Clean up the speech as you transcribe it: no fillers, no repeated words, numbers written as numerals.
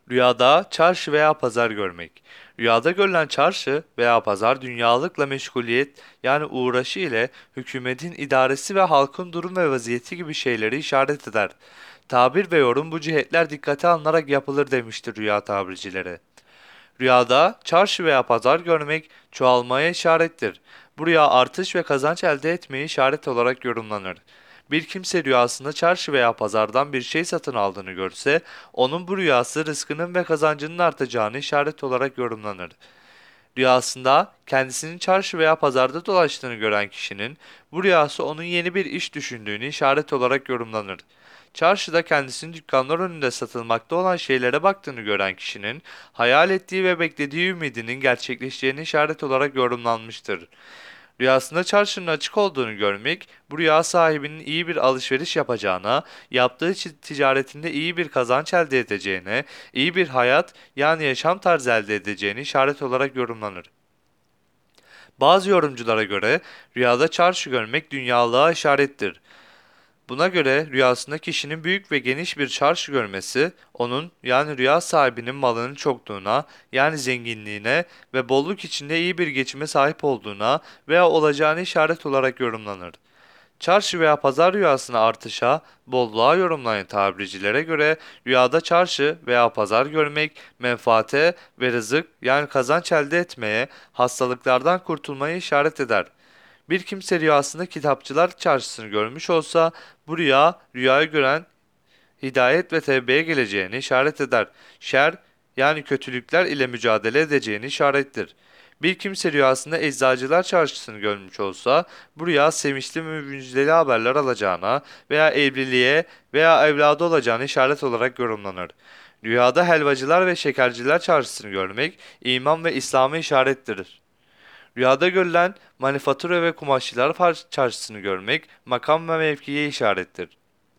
Rüyada çarşı veya pazar görmek. Rüyada görülen çarşı veya pazar dünyalıkla meşguliyet yani uğraşı ile hükümetin idaresi ve halkın durum ve vaziyeti gibi şeyleri işaret eder. Tabir ve yorum bu cihetler dikkate alınarak yapılır demiştir rüya tabircileri. Rüyada çarşı veya pazar görmek çoğalmaya işarettir. Bu rüya artış ve kazanç elde etmeye işaret olarak yorumlanır. Bir kimse rüyasında çarşı veya pazardan bir şey satın aldığını görse, onun bu rüyası rızkının ve kazancının artacağını işaret olarak yorumlanır. Rüyasında kendisinin çarşı veya pazarda dolaştığını gören kişinin bu rüyası onun yeni bir iş düşündüğünü işaret olarak yorumlanır. Çarşıda kendisinin dükkanlar önünde satılmakta olan şeylere baktığını gören kişinin hayal ettiği ve beklediği ümidinin gerçekleşeceğini işaret olarak yorumlanmıştır. Rüyasında çarşının açık olduğunu görmek, bu rüya sahibinin iyi bir alışveriş yapacağına, yaptığı ticaretinde iyi bir kazanç elde edeceğine, iyi bir hayat yani yaşam tarzı elde edeceğini işaret olarak yorumlanır. Bazı yorumculara göre rüyada çarşı görmek dünyalığa işarettir. Buna göre rüyasında kişinin büyük ve geniş bir çarşı görmesi, onun yani rüya sahibinin malının çokluğuna yani zenginliğine ve bolluk içinde iyi bir geçime sahip olduğuna veya olacağını işaret olarak yorumlanır. Çarşı veya pazar rüyasına artışa, bolluğa yorumlayan tabircilere göre rüyada çarşı veya pazar görmek menfaate ve rızık yani kazanç elde etmeye, hastalıklardan kurtulmaya işaret eder. Bir kimse rüyasında kitapçılar çarşısını görmüş olsa bu rüya rüyayı gören hidayet ve tevbeye geleceğini işaret eder. Şer yani kötülükler ile mücadele edeceğini işarettir. Bir kimse rüyasında eczacılar çarşısını görmüş olsa bu rüya sevinçli ve müjdeli haberler alacağına veya evliliğe veya evladı olacağını işaret olarak yorumlanır. Rüyada helvacılar ve şekerciler çarşısını görmek iman ve İslam'a işarettir. Rüyada görülen manifatura ve kumaşçılar çarşısını görmek makam ve mevkiye işarettir.